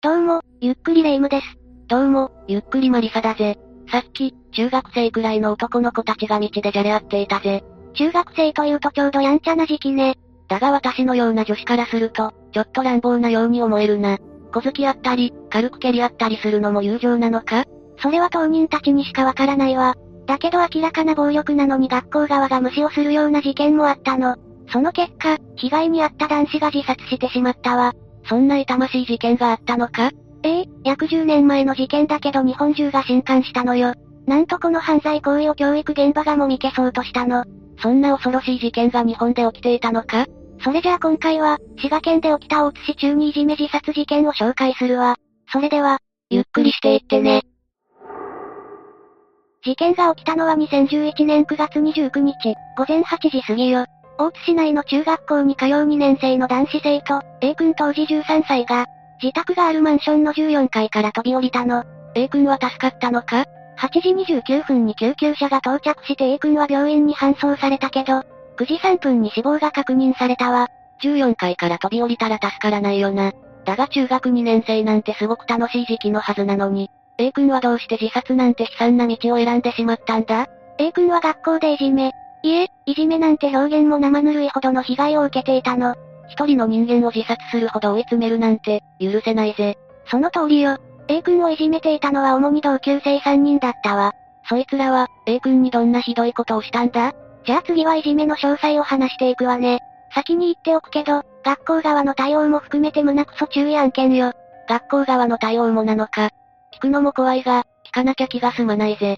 どうも、ゆっくりレ夢ムです。 どうも、ゆっくりマリサだぜ。さっき、中学生くらいの男の子たちが道でじゃれ合っていたぜ。 中学生というとちょうどやんちゃな時期ね。 だが私のような女子からすると、ちょっと乱暴なように思えるな。小突き合ったり、軽く蹴り合ったりするのも友情なのか？ それは当人たちにしかわからないわ。だけど明らかな暴力なのに学校側が無視をするような事件もあったの。その結果、被害に遭った男子が自殺してしまったわ。 そんな痛ましい事件があったのか？ 約10年前の事件だけど日本中が震撼したのよ。なんとこの犯罪行為を教育現場がもみ消そうとしたの。 そんな恐ろしい事件が日本で起きていたのか？ それじゃあ今回は、滋賀県で起きた大津市中にいじめ自殺事件を紹介するわ。それでは、 ゆっくりしていってね。 事件が起きたのは2011年9月29日、午前8時過ぎよ。大津市内の中学校に通う2年生の男子生徒、A 君当時13歳が、自宅があるマンションの14階から飛び降りたの。 A 君は助かったのか ？8時29分に救急車が到着して A 君は病院に搬送されたけど、9時3分に死亡が確認されたわ。 14階から飛び降りたら助からないよな。だが中学2年生なんてすごく楽しい時期のはずなのに、A 君はどうして自殺なんて悲惨な道を選んでしまったんだ？ A 君は学校でいじめなんて表現も生ぬるいほどの被害を受けていたの。 一人の人間を自殺するほど追い詰めるなんて、許せないぜ。 その通りよ。A 君をいじめていたのは主に同級生3人だったわ。 そいつらは、A 君にどんなひどいことをしたんだ？ じゃあ次はいじめの詳細を話していくわね。先に言っておくけど、学校側の対応も含めて胸クソ注意案件よ。 学校側の対応もなのか。聞くのも怖いが、聞かなきゃ気が済まないぜ。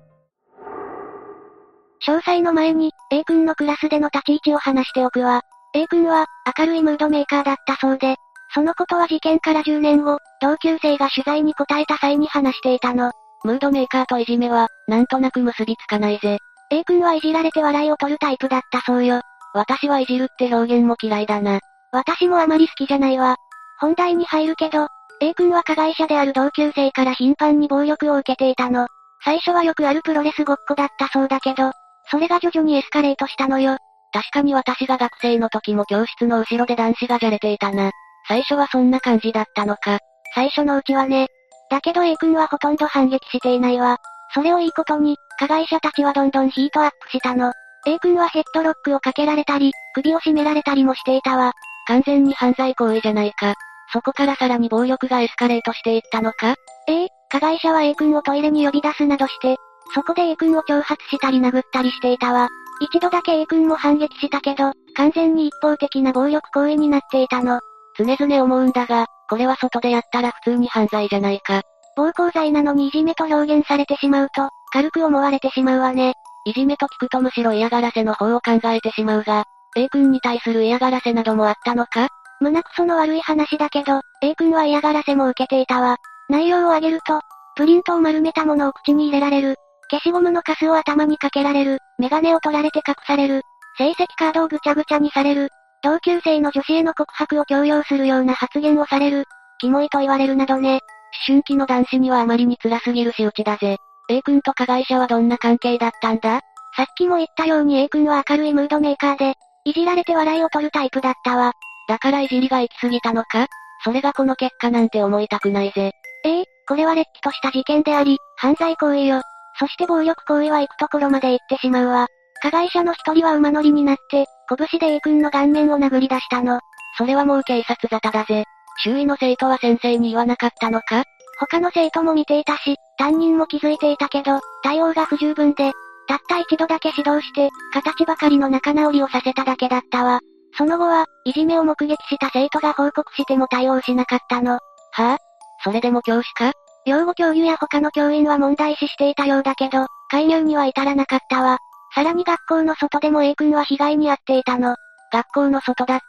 詳細の前に、A 君のクラスでの立ち位置を話しておくわ。A 君は、明るいムードメーカーだったそうで、そのことは事件から10年後、同級生が取材に答えた際に話していたの。 ムードメーカーといじめは、なんとなく結びつかないぜ。 A 君はいじられて笑いを取るタイプだったそうよ。 私はいじるって表現も嫌いだな。 私もあまり好きじゃないわ。本題に入るけど、A 君は加害者である同級生から頻繁に暴力を受けていたの。最初はよくあるプロレスごっこだったそうだけど、それが徐々にエスカレートしたのよ。 確かに私が学生の時も教室の後ろで男子がじゃれていたな。最初はそんな感じだったのか。 最初のうちはね。だけど A 君はほとんど反撃していないわ。それをいいことに、加害者たちはどんどんヒートアップしたの。A 君はヘッドロックをかけられたり、首を絞められたりもしていたわ。 完全に犯罪行為じゃないか。そこからさらに暴力がエスカレートしていったのか？ 加害者は A 君をトイレに呼び出すなどして、そこで A 君を挑発したり殴ったりしていたわ。一度だけ A 君も反撃したけど、完全に一方的な暴力行為になっていたの。 常々思うんだが、これは外でやったら普通に犯罪じゃないか。 暴行罪なのにいじめと表現されてしまうと、軽く思われてしまうわね。 いじめと聞くとむしろ嫌がらせの方を考えてしまうが、A 君に対する嫌がらせなどもあったのか？ 胸クソの悪い話だけど、A 君は嫌がらせも受けていたわ。内容を挙げると、プリントを丸めたものを口に入れられる、消しゴムのカスを頭にかけられる、メガネを取られて隠される、成績カードをぐちゃぐちゃにされる、同級生の女子への告白を強要するような発言をされる、キモいと言われるなどね。 思春期の男子にはあまりに辛すぎる仕打ちだぜ。A 君と加害者はどんな関係だったんだ？ さっきも言ったように A 君は明るいムードメーカーで、いじられて笑いを取るタイプだったわ。 だからいじりが行き過ぎたのか？それがこの結果なんて思いたくないぜ。 これはれっきとした事件であり、犯罪行為よ。そして暴力行為は行くところまで行ってしまうわ。加害者の一人は馬乗りになって、拳で A 君の顔面を殴り出したの。 それはもう警察沙汰だぜ。周囲の生徒は先生に言わなかったのか？ 他の生徒も見ていたし、担任も気づいていたけど、対応が不十分で、たった一度だけ指導して、形ばかりの仲直りをさせただけだったわ。その後は、いじめを目撃した生徒が報告しても対応しなかったの。 はぁ？それでも教師か？ 養護教諭や他の教員は問題視していたようだけど、介入には至らなかったわ。さらに学校の外でも A 君は被害に遭っていたの。 学校の外だって？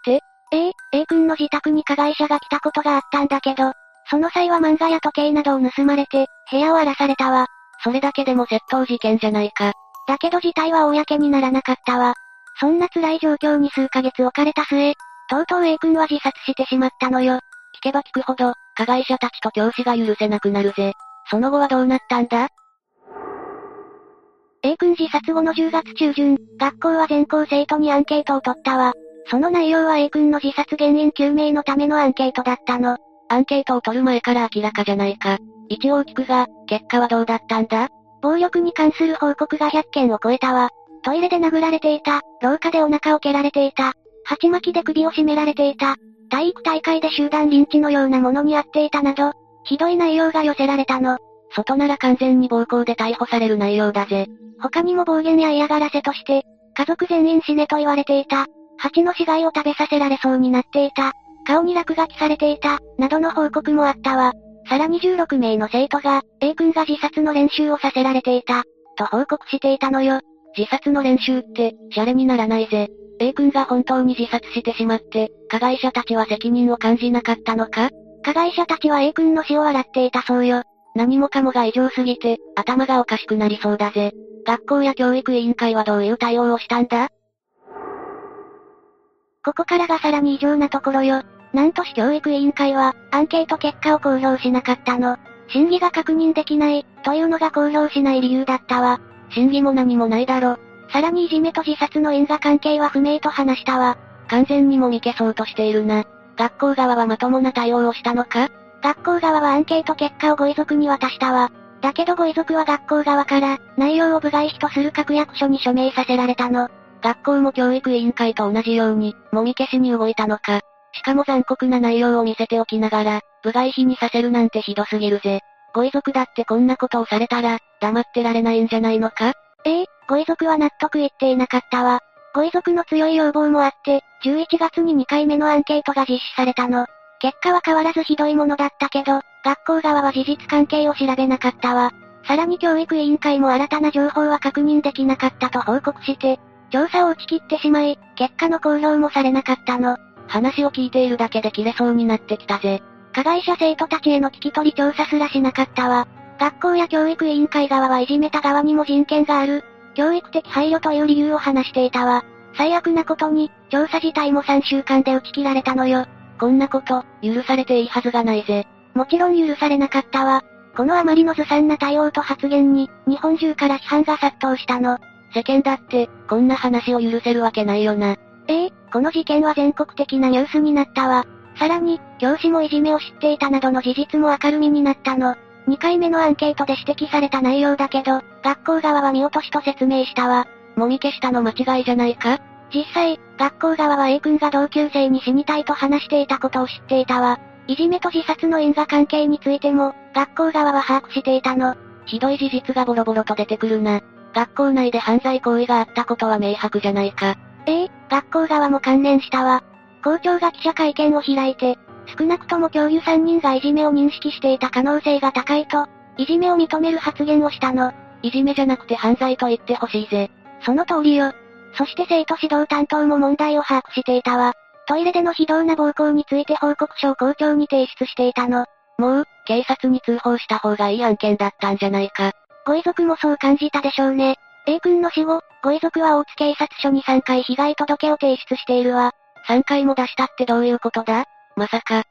A 君の自宅に加害者が来たことがあったんだけど、その際は漫画や時計などを盗まれて、部屋を荒らされたわ。 それだけでも窃盗事件じゃないか。 だけど事態は公にならなかったわ。そんな辛い状況に数ヶ月置かれた末、とうとう A 君は自殺してしまったのよ。 聞けば聞くほど、加害者たちと教師が許せなくなるぜ。その後はどうなったんだ？ A 君自殺後の10月中旬、学校は全校生徒にアンケートを取ったわ。その内容は A 君の自殺原因究明のためのアンケートだったの。 アンケートを取る前から明らかじゃないか。一応聞くが、結果はどうだったんだ？ 暴力に関する報告が100件を超えたわ。トイレで殴られていた、廊下でお腹を蹴られていた、鉢巻きで首を絞められていた、体育大会で集団リンチのようなものに遭っていたなど、ひどい内容が寄せられたの。 外なら完全に暴行で逮捕される内容だぜ。 他にも暴言や嫌がらせとして、家族全員死ねと言われていた、蜂の死骸を食べさせられそうになっていた、顔に落書きされていた、などの報告もあったわ。さらに16名の生徒が、A 君が自殺の練習をさせられていた、と報告していたのよ。 自殺の練習って、シャレにならないぜ。A 君が本当に自殺してしまって、加害者たちは責任を感じなかったのか？ 加害者たちは A 君の死を笑っていたそうよ。 何もかもが異常すぎて、頭がおかしくなりそうだぜ。学校や教育委員会はどういう対応をしたんだ？ ここからがさらに異常なところよ。なんと市教育委員会は、アンケート結果を公表しなかったの。真偽が確認できない、というのが公表しない理由だったわ。 真偽も何もないだろ。 さらにいじめと自殺の因果関係は不明と話したわ。 完全にもみ消そうとしているな。学校側はまともな対応をしたのか？ 学校側はアンケート結果をご遺族に渡したわ。だけどご遺族は学校側から、内容を部外秘とする各役所に署名させられたの。 学校も教育委員会と同じように、もみ消しに動いたのか。しかも残酷な内容を見せておきながら、部外秘にさせるなんてひどすぎるぜ。ご遺族だってこんなことをされたら、黙ってられないんじゃないのか？ ご遺族は納得いっていなかったわ。ご遺族の強い要望もあって、11月に2回目のアンケートが実施されたの。結果は変わらずひどいものだったけど、学校側は事実関係を調べなかったわ。さらに教育委員会も新たな情報は確認できなかったと報告して、調査を打ち切ってしまい、結果の公表もされなかったの。 話を聞いているだけで切れそうになってきたぜ。 加害者生徒たちへの聞き取り調査すらしなかったわ。学校や教育委員会側はいじめた側にも人権がある、教育的配慮という理由を話していたわ。最悪なことに、調査自体も3週間で打ち切られたのよ。 こんなこと、許されていいはずがないぜ。 もちろん許されなかったわ。このあまりのずさんな対応と発言に、日本中から批判が殺到したの。 世間だって、こんな話を許せるわけないよな。 この事件は全国的なニュースになったわ。さらに、教師もいじめを知っていたなどの事実も明るみになったの。2回目のアンケートで指摘された内容だけど、学校側は見落としと説明したわ。 もみ消したの間違いじゃないか？ 実際、学校側は A 君が同級生に死にたいと話していたことを知っていたわ。いじめと自殺の因果関係についても、学校側は把握していたの。 ひどい事実がボロボロと出てくるな。学校内で犯罪行為があったことは明白じゃないか。 学校側も関連したわ。校長が記者会見を開いて、少なくとも教諭3人がいじめを認識していた可能性が高いと、いじめを認める発言をしたの。 いじめじゃなくて犯罪と言ってほしいぜ。 その通りよ。そして生徒指導担当も問題を把握していたわ。トイレでの非道な暴行について報告書を校長に提出していたの。 もう、警察に通報した方がいい案件だったんじゃないか。 ご遺族もそう感じたでしょうね。A 君の死後、ご遺族は大津警察署に3回被害届を提出しているわ。 3回も出したってどういうことだ？まさか。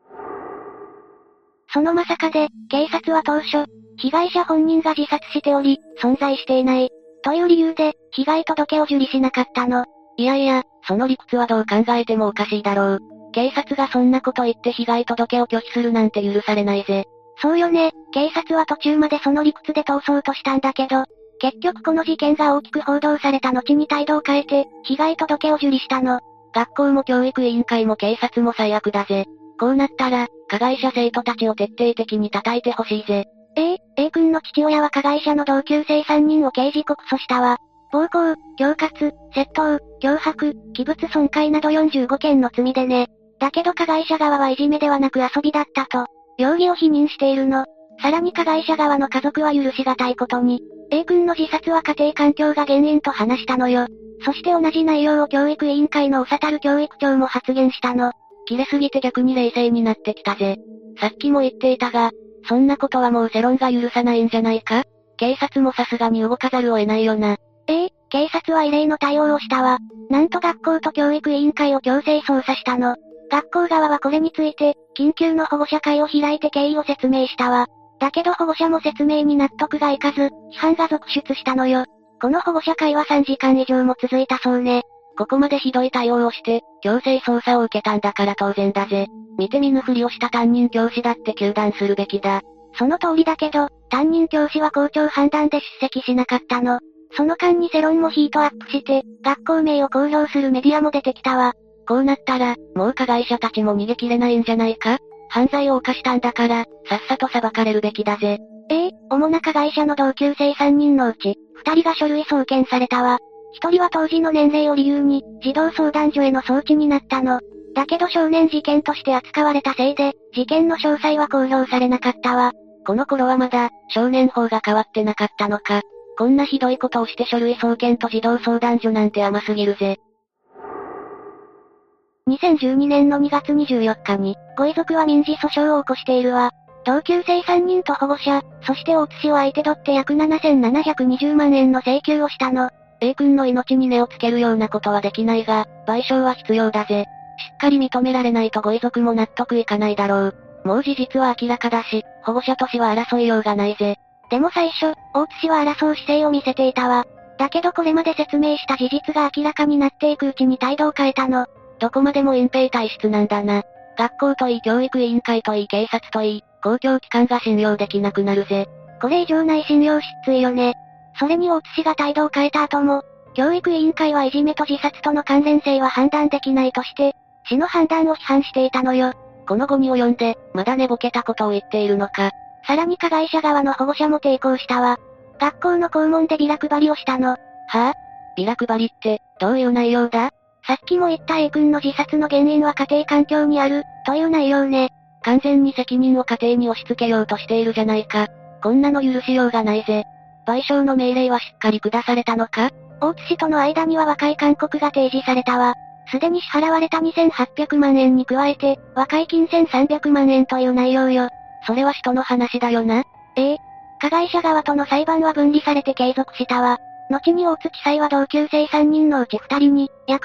そのまさかで、警察は当初、被害者本人が自殺しており、存在していない、という理由で、被害届を受理しなかったの。 いやいや、その理屈はどう考えてもおかしいだろう。警察がそんなこと言って被害届を拒否するなんて許されないぜ。 そうよね、警察は途中までその理屈で通そうとしたんだけど、結局この事件が大きく報道された後に態度を変えて、被害届を受理したの。 学校も教育委員会も警察も最悪だぜ。こうなったら、加害者生徒たちを徹底的に叩いてほしいぜ。 A 君の父親は加害者の同級生3人を刑事告訴したわ。暴行、恐喝、窃盗、脅迫、器物損壊など45件の罪でね。だけど加害者側はいじめではなく遊びだったと、容疑を否認しているの。さらに加害者側の家族は許しがたいことに、A 君の自殺は家庭環境が原因と話したのよ。そして同じ内容を教育委員会の長樽教育長も発言したの。 切れすぎて逆に冷静になってきたぜ。さっきも言っていたが、そんなことはもう世論が許さないんじゃないか？警察もさすがに動かざるを得ないよな。 警察は異例の対応をしたわ。なんと学校と教育委員会を強制捜査したの。学校側はこれについて、緊急の保護者会を開いて経緯を説明したわ。だけど保護者も説明に納得がいかず、批判が続出したのよ。この保護者会は3時間以上も続いたそうね。 ここまでひどい対応をして、強制捜査を受けたんだから当然だぜ。見て見ぬふりをした担任教師だって糾弾するべきだ。 その通りだけど、担任教師は校長判断で出席しなかったの。その間に世論もヒートアップして、学校名を公表するメディアも出てきたわ。 こうなったら、もう加害者たちも逃げ切れないんじゃないか？犯罪を犯したんだから、さっさと裁かれるべきだぜ。 主な加害者の同級生3人のうち、2人が書類送検されたわ。1人は当時の年齢を理由に、児童相談所への送致になったの。だけど少年事件として扱われたせいで、事件の詳細は公表されなかったわ。 この頃はまだ、少年法が変わってなかったのか。こんなひどいことをして書類送検と児童相談所なんて甘すぎるぜ。 2012年の2月24日に、ご遺族は民事訴訟を起こしているわ。同級生3人と保護者、そして大津氏を相手取って約7720万円の請求をしたの。 A 君の命に値をつけるようなことはできないが、賠償は必要だぜ。しっかり認められないとご遺族も納得いかないだろう。もう事実は明らかだし、保護者と市は争いようがないぜ。 でも最初、大津氏は争う姿勢を見せていたわ。だけどこれまで説明した事実が明らかになっていくうちに態度を変えたの。 どこまでも隠蔽体質なんだな。学校といい教育委員会といい警察といい、公共機関が信用できなくなるぜ。 これ以上ない信用失墜よね。それに大津氏が態度を変えた後も、教育委員会はいじめと自殺との関連性は判断できないとして、市の判断を批判していたのよ。 この後に及んで、まだ寝ぼけたことを言っているのか。 さらに加害者側の保護者も抵抗したわ。学校の校門でビラ配りをしたの。はぁ？ビラ配りって、どういう内容だ？ さっきも言った A 君の自殺の原因は家庭環境にある、という内容ね。 完全に責任を家庭に押し付けようとしているじゃないか。こんなの許しようがないぜ。賠償の命令はしっかり下されたのか？ 大津氏との間には和解勧告が提示されたわ。すでに支払われた2800万円に加えて、和解金1300万円という内容よ。 それは使途の話だよな。 加害者側との裁判は分離されて継続したわ。後に大津地裁は同級生3人のうち2人に、約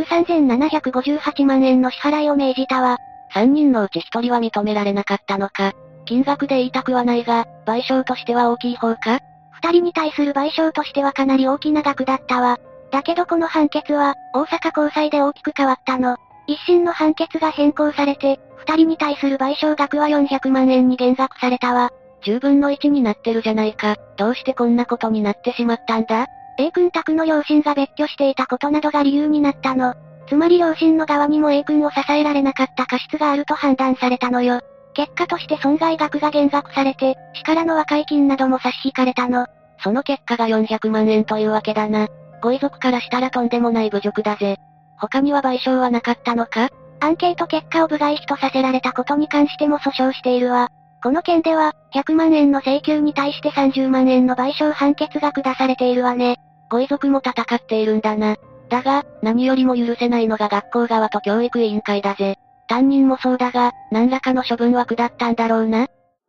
3758万円の支払いを命じたわ。 3人のうち1人は認められなかったのか。金額で言いたくはないが、賠償としては大きい方か ？2人に対する賠償としてはかなり大きな額だったわ。だけどこの判決は、大阪高裁で大きく変わったの。一審の判決が変更されて、2人に対する賠償額は400万円に減額されたわ。 10分の1になってるじゃないか。どうしてこんなことになってしまったんだ？ A 君宅の両親が別居していたことなどが理由になったの。つまり両親の側にも A 君を支えられなかった過失があると判断されたのよ。結果として損害額が減額されて、市からの和解金なども差し引かれたの。 その結果が400万円というわけだな。ご遺族からしたらとんでもない侮辱だぜ。他には賠償はなかったのか？ アンケート結果を部外秘とさせられたことに関しても訴訟しているわ。この件では、100万円の請求に対して30万円の賠償判決が下されているわね。 ご遺族も戦っているんだな。だが、何よりも許せないのが学校側と教育委員会だぜ。担任もそうだが、何らかの処分は下ったんだろうな。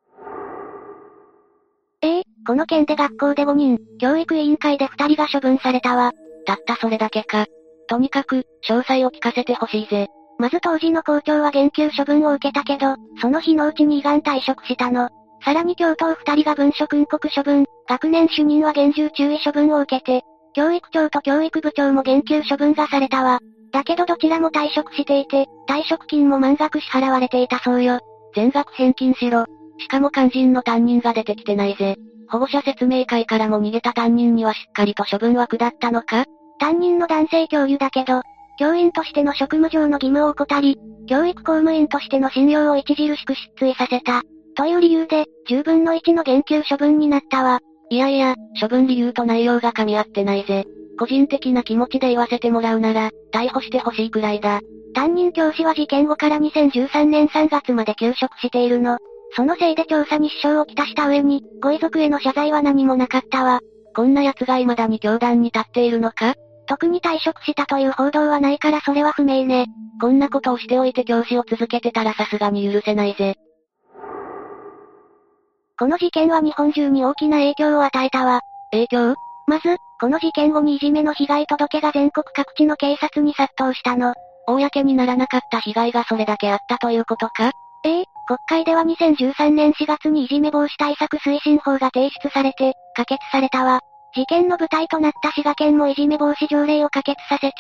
この件で学校で5人、教育委員会で2人が処分されたわ。 たったそれだけか。とにかく、詳細を聞かせてほしいぜ。 まず当時の校長は減給処分を受けたけど、その日のうちに依願退職したの。さらに教頭2人が文書訓告処分、学年主任は厳重注意処分を受けて、教育長と教育部長も減給処分がされたわ。だけどどちらも退職していて、退職金も満額支払われていたそうよ。 全額返金しろ。しかも肝心の担任が出てきてないぜ。保護者説明会からも逃げた担任にはしっかりと処分は下ったのか？ 担任の男性教諭だけど、教員としての職務上の義務を怠り、教育公務員としての信用を著しく失墜させた。という理由で、10分の1の減給処分になったわ。 いやいや、処分理由と内容が噛み合ってないぜ。個人的な気持ちで言わせてもらうなら、逮捕してほしいくらいだ。 担任教師は事件後から2013年3月まで休職しているの。そのせいで調査に支障をきたした上に、ご遺族への謝罪は何もなかったわ。 こんな奴が未だに教壇に立っているのか？ 特に退職したという報道はないからそれは不明ね。 こんなことをしておいて教師を続けてたらさすがに許せないぜ。 この事件は日本中に大きな影響を与えたわ。 影響？ まず、この事件後にいじめの被害届が全国各地の警察に殺到したの。 公にならなかった被害がそれだけあったということか？ 国会では2013年4月にいじめ防止対策推進法が提出されて、可決されたわ。事件の舞台となった滋賀県もいじめ防止条例を可決させて、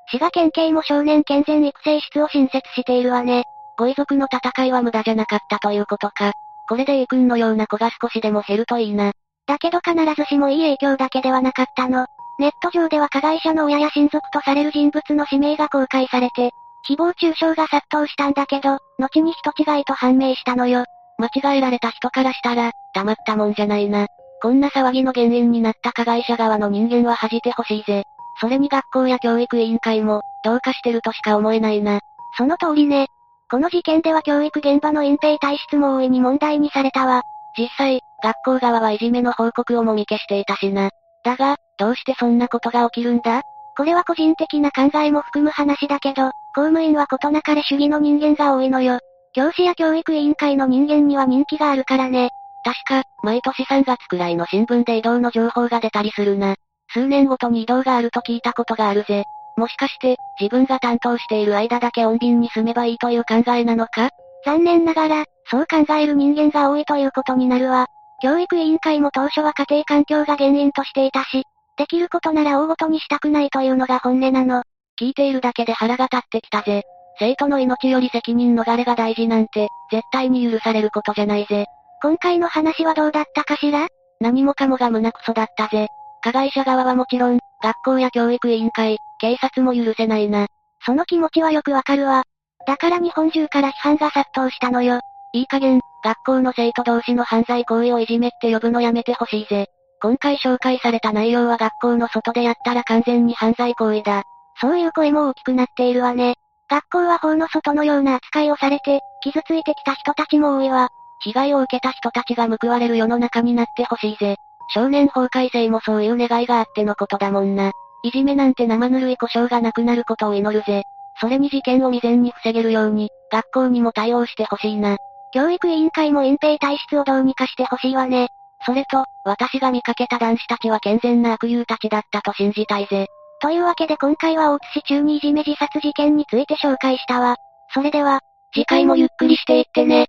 滋賀県警も少年健全育成室を新設しているわね。 ご遺族の戦いは無駄じゃなかったということか。これで A 君のような子が少しでも減るといいな。 だけど必ずしもいい影響だけではなかったの。ネット上では加害者の親や親族とされる人物の氏名が公開されて、誹謗中傷が殺到したんだけど、後に人違いと判明したのよ。 間違えられた人からしたら、たまったもんじゃないな。こんな騒ぎの原因になった加害者側の人間は恥じてほしいぜ。それに学校や教育委員会も、どうかしてるとしか思えないな。 その通りね。この事件では教育現場の隠蔽体質も大いに問題にされたわ。 実際、学校側はいじめの報告をもみ消していたしな。だが、どうしてそんなことが起きるんだ？ これは個人的な考えも含む話だけど、公務員は事なかれ主義の人間が多いのよ。教師や教育委員会の人間には人気があるからね。 確か、毎年3月くらいの新聞で異動の情報が出たりするな。数年ごとに異動があると聞いたことがあるぜ。もしかして、自分が担当している間だけ穏便に住めばいいという考えなのか？ 残念ながら、そう考える人間が多いということになるわ。教育委員会も当初は家庭環境が原因としていたし、できることなら大ごとにしたくないというのが本音なの。 聞いているだけで腹が立ってきたぜ。生徒の命より責任逃れが大事なんて、絶対に許されることじゃないぜ。 今回の話はどうだったかしら？ 何もかもが胸クソだったぜ。加害者側はもちろん、学校や教育委員会、警察も許せないな。 その気持ちはよくわかるわ。だから日本中から批判が殺到したのよ。 いい加減、学校の生徒同士の犯罪行為をいじめって呼ぶのやめてほしいぜ。今回紹介された内容は学校の外でやったら完全に犯罪行為だ。 そういう声も大きくなっているわね。学校は法の外のような扱いをされて、傷ついてきた人たちも多いわ。 被害を受けた人たちが報われる世の中になってほしいぜ。少年法改正もそういう願いがあってのことだもんな。いじめなんて生ぬるい故障がなくなることを祈るぜ。それに事件を未然に防げるように、学校にも対応してほしいな。 教育委員会も隠蔽体質をどうにかしてほしいわね。 それと、私が見かけた男子たちは健全な悪友たちだったと信じたいぜ。 というわけで今回は大津市中にいじめ自殺事件について紹介したわ。それでは、 次回もゆっくりしていってね。